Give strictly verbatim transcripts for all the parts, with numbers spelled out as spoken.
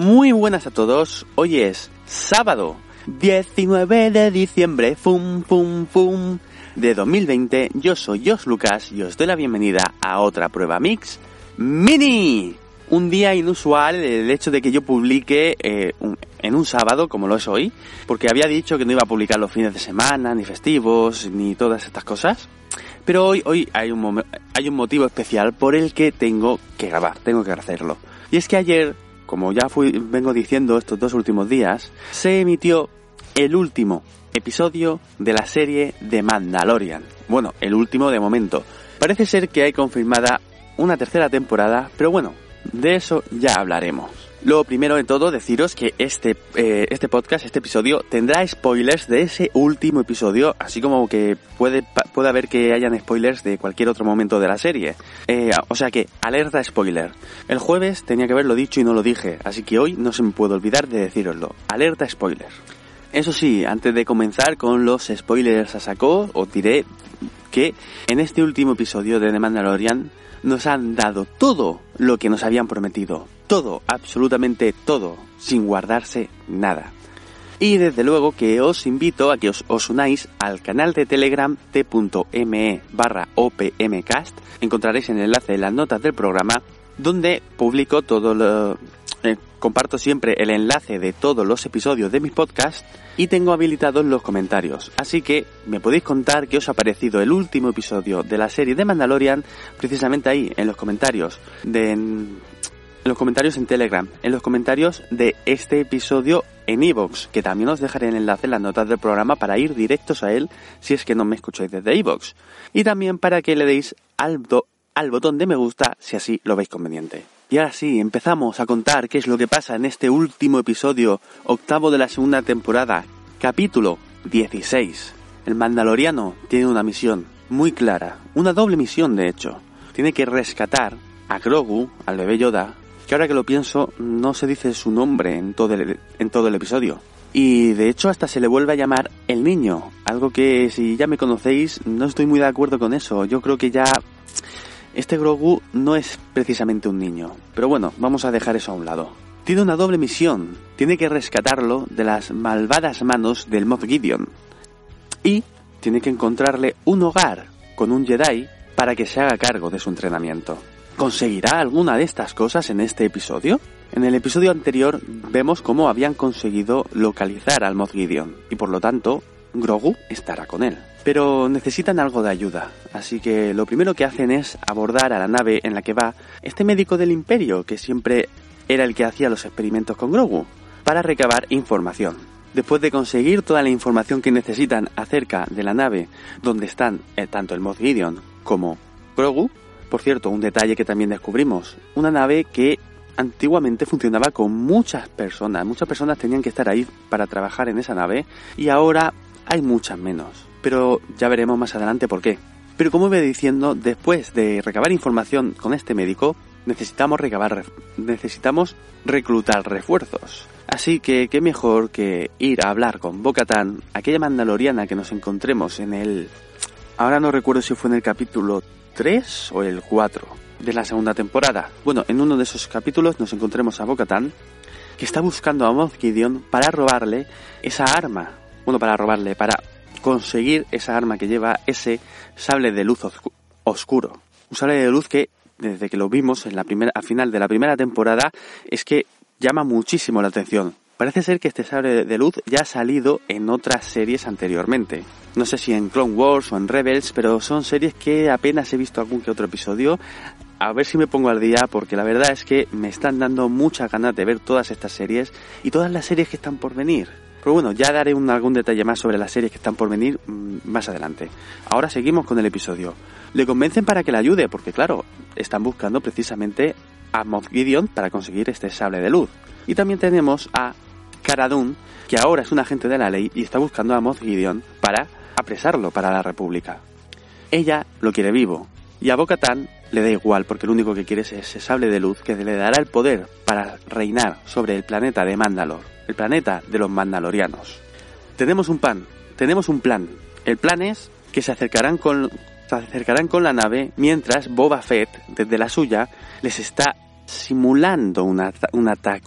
Muy buenas a todos, hoy es sábado diecinueve de diciembre, fum fum fum, de dos mil veinte. Yo soy Josh Lucas y os doy la bienvenida a otra prueba mix mini. Un día inusual el hecho de que yo publique eh, un, en un sábado, como lo es hoy, porque había dicho que no iba a publicar los fines de semana, ni festivos, ni todas estas cosas. Pero hoy, hoy hay un mom- hay un motivo especial por el que tengo que grabar, tengo que hacerlo. Y es que ayer, como ya fui, vengo diciendo estos dos últimos días, se emitió el último episodio de la serie de Mandalorian. Bueno, el último de momento. Parece ser que hay confirmada una tercera temporada, pero bueno, de eso ya hablaremos. Lo primero de todo, deciros que este eh, este podcast, este episodio, tendrá spoilers de ese último episodio, así como que puede puede haber que hayan spoilers de cualquier otro momento de la serie. Eh, o sea que, alerta spoiler. El jueves tenía que haberlo dicho y no lo dije, así que hoy no se me puede olvidar de decíroslo. Alerta spoiler. Eso sí, antes de comenzar con los spoilers a saco, os diré que en este último episodio de The Mandalorian nos han dado todo lo que nos habían prometido. Todo, absolutamente todo, sin guardarse nada. Y desde luego que os invito a que os, os unáis al canal de Telegram t.me barra opmcast. Encontraréis el enlace en las notas del programa, donde publico todo lo... Eh, comparto siempre el enlace de todos los episodios de mis podcasts y tengo habilitados los comentarios. Así que me podéis contar qué os ha parecido el último episodio de la serie de Mandalorian, precisamente ahí, en los comentarios de... En, en los comentarios en Telegram, en los comentarios de este episodio en iVoox, que también os dejaré el enlace en las notas del programa para ir directos a él si es que no me escucháis desde iVoox. Y también para que le deis al, do, al botón de me gusta si así lo veis conveniente. Y ahora sí, empezamos a contar qué es lo que pasa en este último episodio, octavo de la segunda temporada, capítulo dieciséis. El Mandaloriano tiene una misión muy clara, una doble misión de hecho. Tiene que rescatar a Grogu, al bebé Yoda, que ahora que lo pienso no se dice su nombre en todo el, en todo el episodio. Y de hecho hasta se le vuelve a llamar el niño, algo que si ya me conocéis no estoy muy de acuerdo con eso. Yo creo que ya... Este Grogu no es precisamente un niño, pero bueno, vamos a dejar eso a un lado. Tiene una doble misión, tiene que rescatarlo de las malvadas manos del Moff Gideon. Y tiene que encontrarle un hogar con un Jedi para que se haga cargo de su entrenamiento. ¿Conseguirá alguna de estas cosas en este episodio? En el episodio anterior vemos cómo habían conseguido localizar al Moff Gideon y por lo tanto Grogu estará con él. Pero necesitan algo de ayuda, así que lo primero que hacen es abordar a la nave en la que va este médico del Imperio, que siempre era el que hacía los experimentos con Grogu, para recabar información. Después de conseguir toda la información que necesitan acerca de la nave donde están eh, tanto el Moff Gideon como Grogu, por cierto, un detalle que también descubrimos, una nave que antiguamente funcionaba con muchas personas, muchas personas tenían que estar ahí para trabajar en esa nave y ahora hay muchas menos. Pero ya veremos más adelante por qué. Pero como iba diciendo, después de recabar información con este médico, necesitamos recabar, necesitamos reclutar refuerzos. Así que qué mejor que ir a hablar con Bo-Katan, aquella mandaloriana que nos encontremos en el... Ahora no recuerdo si fue en el capítulo tres o el cuatro de la segunda temporada. Bueno, en uno de esos capítulos nos encontremos a Bo-Katan, que está buscando a Moff Gideon para robarle esa arma. Bueno, para robarle, para... conseguir esa arma que lleva ese sable de luz oscu- oscuro. Un sable de luz que, desde que lo vimos en la primera, al final de la primera temporada, es que llama muchísimo la atención. Parece ser que este sable de luz ya ha salido en otras series anteriormente. No sé si en Clone Wars o en Rebels, pero son series que apenas he visto algún que otro episodio. A ver si me pongo al día, porque la verdad es que me están dando muchas ganas de ver todas estas series y todas las series que están por venir. Pero bueno, ya daré un, algún detalle más sobre las series que están por venir mmm, más adelante. Ahora seguimos con el episodio. Le convencen para que le ayude, porque claro, están buscando precisamente a Moff Gideon para conseguir este sable de luz. Y también tenemos a Cara Dune, que ahora es un agente de la ley y está buscando a Moff Gideon para apresarlo para la República. Ella lo quiere vivo, y a Bo-Katan le da igual, porque lo único que quiere es ese sable de luz que le dará el poder para reinar sobre el planeta de Mandalor. El planeta de los mandalorianos. Tenemos un plan, tenemos un plan. El plan es que se acercarán con, se acercarán con la nave mientras Boba Fett, desde la suya, les está simulando un, at- un ataque,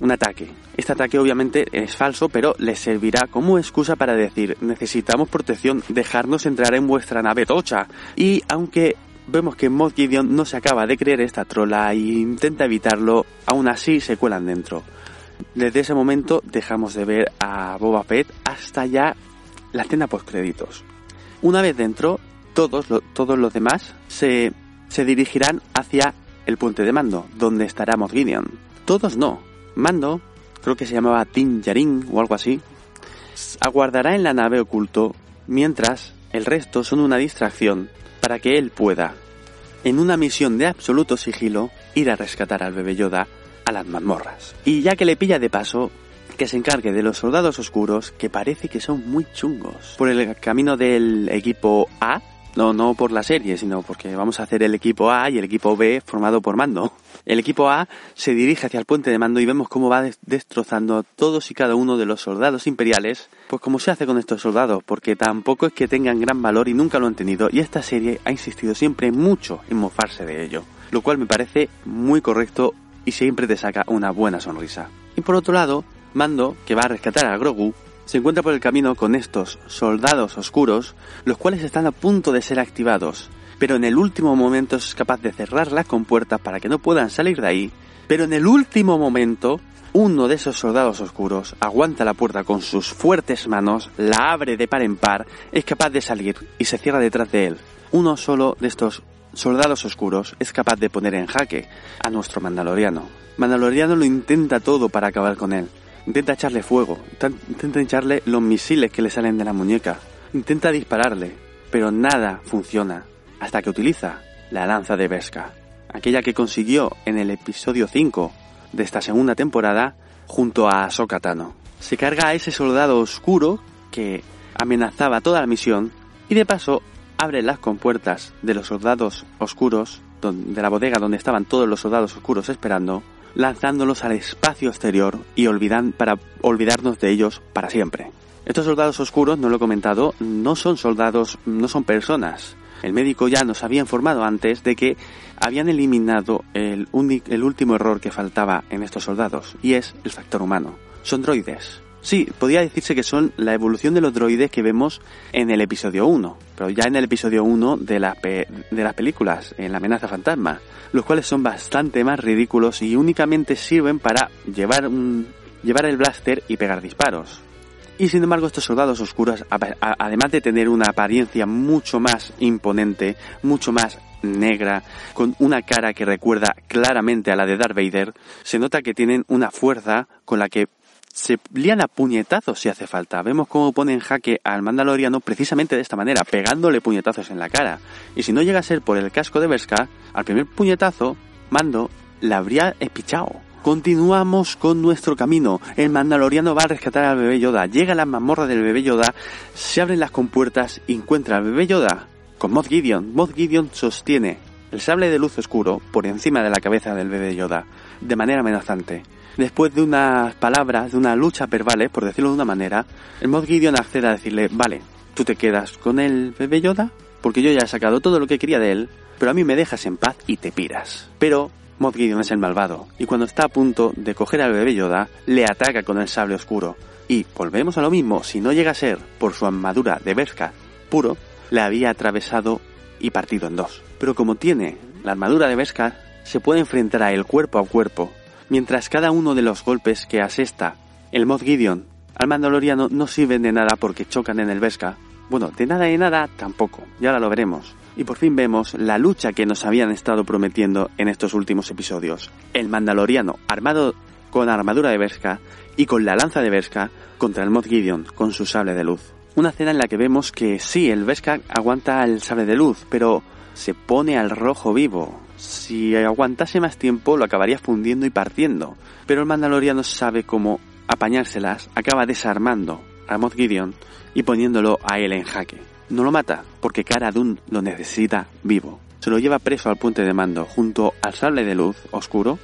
un ataque. Este ataque obviamente es falso, pero les servirá como excusa para decir: necesitamos protección, dejarnos entrar en vuestra nave tocha. Y aunque vemos que Moff Gideon no se acaba de creer esta trola e intenta evitarlo, aún así se cuelan dentro. Desde ese momento dejamos de ver a Boba Fett hasta ya la escena postcréditos. Una vez dentro, todos, lo, todos los demás se, se dirigirán hacia el puente de mando, donde estará Moff Gideon. Todos no. Mando, creo que se llamaba Din Djarin o algo así, aguardará en la nave oculto, mientras el resto son una distracción para que él pueda, en una misión de absoluto sigilo, ir a rescatar al bebé Yoda a las mazmorras. Y ya que le pilla de paso, que se encargue de los soldados oscuros, que parece que son muy chungos, por el camino del equipo A. No, no por la serie, sino porque vamos a hacer el equipo A y el equipo B formado por Mando. El equipo A se dirige hacia el puente de mando y vemos cómo va destrozando a todos y cada uno de los soldados imperiales, pues como se hace con estos soldados, porque tampoco es que tengan gran valor y nunca lo han tenido, y esta serie ha insistido siempre mucho en mofarse de ello, lo cual me parece muy correcto y siempre te saca una buena sonrisa. Y por otro lado, Mando, que va a rescatar a Grogu, se encuentra por el camino con estos soldados oscuros, los cuales están a punto de ser activados, pero en el último momento es capaz de cerrar las compuertas para que no puedan salir de ahí, pero en el último momento uno de esos soldados oscuros aguanta la puerta con sus fuertes manos, la abre de par en par, es capaz de salir y se cierra detrás de él. Uno solo de estos soldados oscuros es capaz de poner en jaque a nuestro Mandaloriano. Mandaloriano lo intenta todo para acabar con él. Intenta echarle fuego, intenta echarle los misiles que le salen de la muñeca, intenta dispararle, pero nada funciona, hasta que utiliza la lanza de Beskar, aquella que consiguió en el episodio cinco de esta segunda temporada junto a Ahsoka Tano. Se carga a ese soldado oscuro que amenazaba toda la misión y de paso abre las compuertas de los soldados oscuros, de la bodega donde estaban todos los soldados oscuros esperando, lanzándolos al espacio exterior y olvidan, para olvidarnos de ellos para siempre. Estos soldados oscuros, no lo he comentado, no son soldados, no son personas. El médico ya nos había informado antes de que habían eliminado el, único, el último error que faltaba en estos soldados, y es el factor humano. Son droides. Sí, podría decirse que son la evolución de los droides que vemos en el episodio uno, pero ya en el episodio uno de, la pe- de las películas, en La amenaza fantasma, los cuales son bastante más ridículos y únicamente sirven para llevar, un, llevar el blaster y pegar disparos. Y sin embargo estos soldados oscuros, a- a- además de tener una apariencia mucho más imponente, mucho más negra, con una cara que recuerda claramente a la de Darth Vader, se nota que tienen una fuerza con la que se lían a puñetazos si hace falta. Vemos cómo pone en jaque al Mandaloriano precisamente de esta manera, pegándole puñetazos en la cara. Y si no llega a ser por el casco de Beskar, al primer puñetazo, Mando la habría espichado. Continuamos con nuestro camino. El Mandaloriano va a rescatar al bebé Yoda. Llega a la mazmorra del bebé Yoda, se abren las compuertas y encuentra al bebé Yoda con Moff Gideon. Moff Gideon sostiene el sable de luz oscuro por encima de la cabeza del bebé Yoda, de manera amenazante. Después de unas palabras, de una lucha verbales, por decirlo de una manera, el Moff Gideon accede a decirle: vale, tú te quedas con el bebé Yoda, porque yo ya he sacado todo lo que quería de él, pero a mí me dejas en paz y te piras. Pero Moff Gideon es el malvado, y cuando está a punto de coger al bebé Yoda, le ataca con el sable oscuro. Y volvemos a lo mismo, si no llega a ser por su armadura de Beskar puro, le había atravesado y partido en dos. Pero como tiene la armadura de Beskar, se puede enfrentar a él cuerpo a cuerpo, mientras cada uno de los golpes que asesta el Moff Gideon al Mandaloriano no sirven de nada porque chocan en el Beskar. Bueno, de nada de nada tampoco, y ahora lo veremos. Y por fin vemos la lucha que nos habían estado prometiendo en estos últimos episodios. El Mandaloriano armado con armadura de Beskar y con la lanza de Beskar contra el Moff Gideon con su sable de luz. Una escena en la que vemos que sí, el Beskar aguanta el sable de luz, pero se pone al rojo vivo. Si aguantase más tiempo lo acabaría fundiendo y partiendo, pero el Mandaloriano sabe cómo apañárselas, acaba desarmando a Moff Gideon y poniéndolo a él en jaque. No lo mata, porque Cara Dune lo necesita vivo. Se lo lleva preso al puente de mando junto al sable de luz oscuro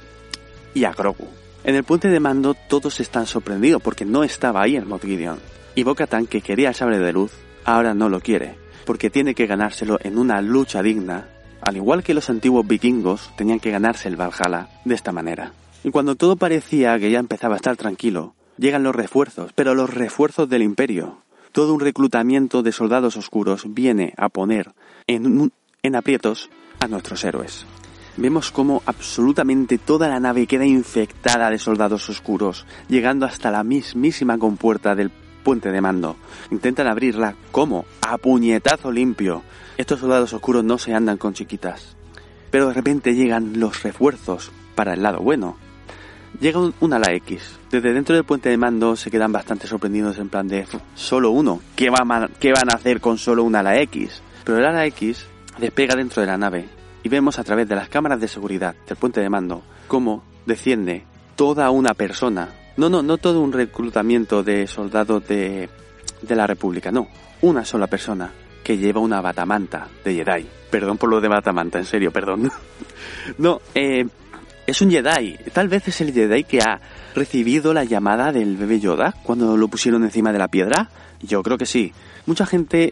y a Grogu. En el puente de mando todos están sorprendidos porque no estaba ahí el Moff Gideon. Y Bo-Katan, que quería el sable de luz, ahora no lo quiere, porque tiene que ganárselo en una lucha digna, al igual que los antiguos vikingos tenían que ganarse el Valhalla de esta manera. Y cuando todo parecía que ya empezaba a estar tranquilo, llegan los refuerzos, pero los refuerzos del Imperio. Todo un reclutamiento de soldados oscuros viene a poner en, en aprietos a nuestros héroes. Vemos cómo absolutamente toda la nave queda infectada de soldados oscuros, llegando hasta la mismísima compuerta del puente de mando. Intentan abrirla, ¿cómo? A puñetazo limpio. Estos soldados oscuros no se andan con chiquitas. Pero de repente llegan los refuerzos para el lado bueno. Llega un, un ala X. Desde dentro del puente de mando se quedan bastante sorprendidos en plan de solo uno. ¿Qué, va a, ¿Qué van a hacer con solo un ala X? Pero el ala X despega dentro de la nave y vemos a través de las cámaras de seguridad del puente de mando cómo desciende toda una persona. No, no, no todo un reclutamiento de soldados de, de la República, no. Una sola persona que lleva una batamanta de Jedi. Perdón por lo de batamanta, en serio, perdón. No, eh... es un Jedi. Tal vez es el Jedi que ha recibido la llamada del bebé Yoda cuando lo pusieron encima de la piedra. Yo creo que sí. Mucha gente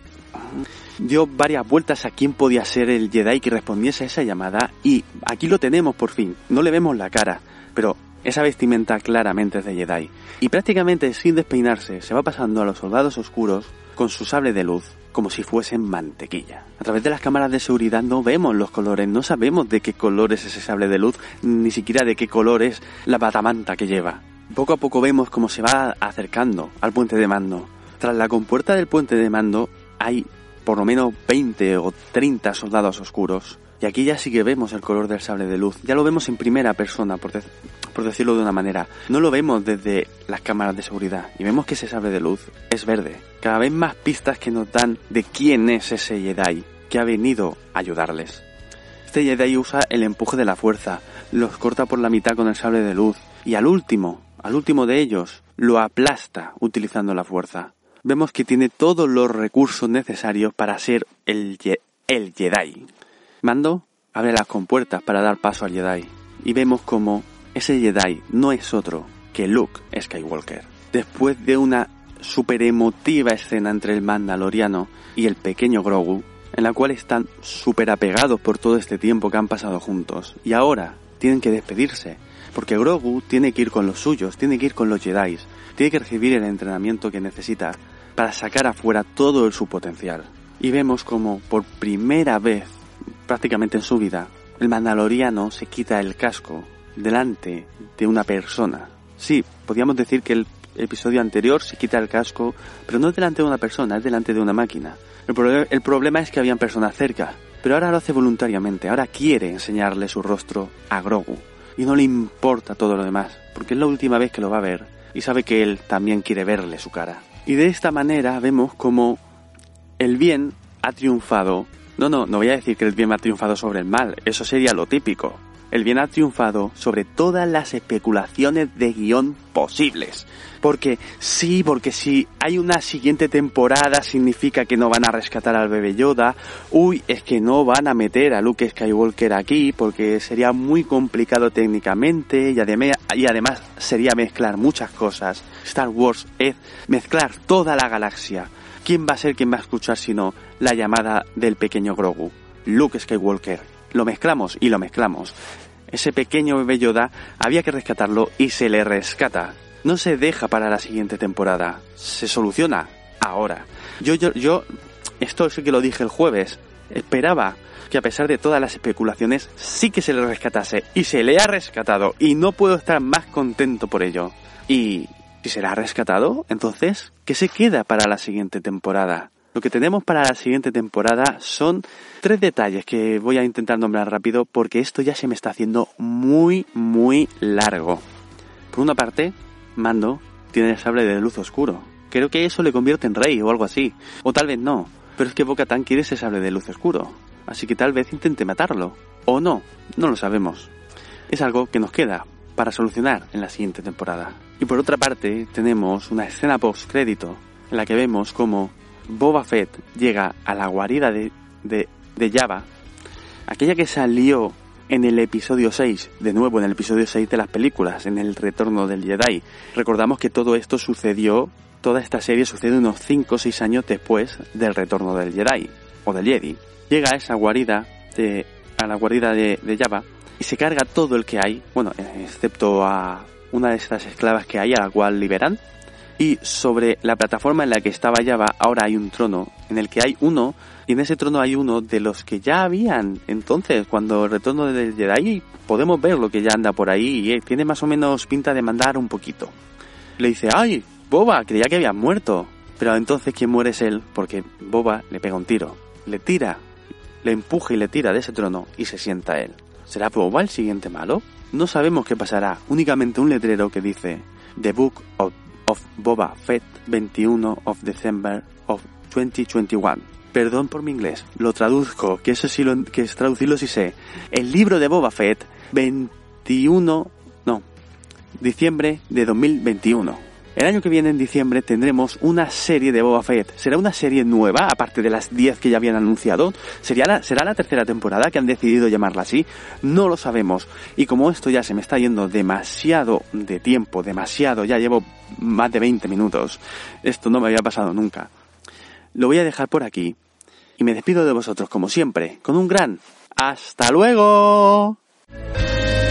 dio varias vueltas a quién podía ser el Jedi que respondiese a esa llamada. Y aquí lo tenemos por fin. No le vemos la cara, pero esa vestimenta claramente es de Jedi. Y prácticamente sin despeinarse se va pasando a los soldados oscuros con su sable de luz como si fuesen mantequilla. A través de las cámaras de seguridad no vemos los colores, no sabemos de qué color es ese sable de luz, ni siquiera de qué color es la batamanta que lleva. Poco a poco vemos cómo se va acercando al puente de mando. Tras la compuerta del puente de mando hay por lo menos veinte o treinta soldados oscuros. Y aquí ya sí que vemos el color del sable de luz. Ya lo vemos en primera persona, por, de- por decirlo de una manera. No lo vemos desde las cámaras de seguridad. Y vemos que ese sable de luz es verde. Cada vez más pistas que nos dan de quién es ese Jedi que ha venido a ayudarles. Este Jedi usa el empuje de la fuerza. Los corta por la mitad con el sable de luz. Y al último, al último de ellos, lo aplasta utilizando la fuerza. Vemos que tiene todos los recursos necesarios para ser el, Ye- el Jedi. Mando abre las compuertas para dar paso al Jedi y vemos como ese Jedi no es otro que Luke Skywalker. Después de una super emotiva escena entre el Mandaloriano y el pequeño Grogu, en la cual están súper apegados por todo este tiempo que han pasado juntos y ahora tienen que despedirse porque Grogu tiene que ir con los suyos, tiene que ir con los Jedi, tiene que recibir el entrenamiento que necesita para sacar afuera todo su potencial. Y vemos como por primera vez prácticamente en su vida, el Mandaloriano se quita el casco delante de una persona. Sí, podríamos decir que el episodio anterior se quita el casco, pero no es delante de una persona, es delante de una máquina. El, pro- el problema es que habían personas cerca, pero ahora lo hace voluntariamente, ahora quiere enseñarle su rostro a Grogu. Y no le importa todo lo demás, porque es la última vez que lo va a ver, y sabe que él también quiere verle su cara. Y de esta manera vemos como el bien ha triunfado. No, no, no voy a decir que el bien ha triunfado sobre el mal, eso sería lo típico. El bien ha triunfado sobre todas las especulaciones de guión posibles. Porque sí, porque si hay una siguiente temporada significa que no van a rescatar al bebé Yoda. Uy, es que no van a meter a Luke Skywalker aquí porque sería muy complicado técnicamente y además, y además sería mezclar muchas cosas. Star Wars es mezclar toda la galaxia. ¿Quién va a ser quien va a escuchar sino la llamada del pequeño Grogu? Luke Skywalker. Lo mezclamos y lo mezclamos. Ese pequeño bebé Yoda había que rescatarlo y se le rescata. No se deja para la siguiente temporada. Se soluciona ahora. Yo, yo, yo, esto sí que lo dije el jueves. Esperaba que a pesar de todas las especulaciones sí que se le rescatase. Y se le ha rescatado. Y no puedo estar más contento por ello. Y si se le ha rescatado, entonces, ¿qué se queda para la siguiente temporada? Lo que tenemos para la siguiente temporada son tres detalles que voy a intentar nombrar rápido porque esto ya se me está haciendo muy, muy largo. Por una parte, Mando tiene el sable de luz oscuro. Creo que eso le convierte en rey o algo así. O tal vez no. Pero es que Bo-Katan quiere ese sable de luz oscuro. Así que tal vez intente matarlo. O no. No lo sabemos. Es algo que nos queda para solucionar en la siguiente temporada. Y por otra parte, tenemos una escena post-crédito en la que vemos cómo Boba Fett llega a la guarida de, de, de Jabba, aquella que salió en el episodio seis, de nuevo en el episodio seis de las películas, en el retorno del Jedi. Recordamos que todo esto sucedió, toda esta serie sucede unos cinco o seis años después del retorno del Jedi, o del Jedi. Llega a esa guarida, de, a la guarida de, de Jabba, y se carga todo el que hay, bueno, excepto a una de estas esclavas que hay a la cual liberan. Y sobre la plataforma en la que estaba Jabba ahora hay un trono en el que hay uno, y en ese trono hay uno de los que ya habían. Entonces, cuando el retorno del Jedi, podemos ver lo que ya anda por ahí y tiene más o menos pinta de mandar un poquito. Le dice, ¡ay, Boba! Creía que habías muerto. Pero entonces quien muere es él, porque Boba le pega un tiro, le tira, le empuja y le tira de ese trono y se sienta él. ¿Será Boba el siguiente malo? No sabemos qué pasará, únicamente un letrero que dice The Book of of Boba Fett, veintiuno of December of twenty twenty-one. Perdón por mi inglés, lo traduzco, que eso sí lo, que es traducirlo sí sé. El libro de Boba Fett, veintiuno, no, diciembre de dos mil veintiuno. El año que viene, en diciembre, tendremos una serie de Boba Fett. ¿Será una serie nueva, aparte de las diez que ya habían anunciado? ¿Sería la, ¿Será la tercera temporada que han decidido llamarla así? No lo sabemos. Y como esto ya se me está yendo demasiado de tiempo, demasiado, ya llevo más de veinte minutos. Esto no me había pasado nunca. Lo voy a dejar por aquí. Y me despido de vosotros, como siempre, con un gran ¡hasta luego!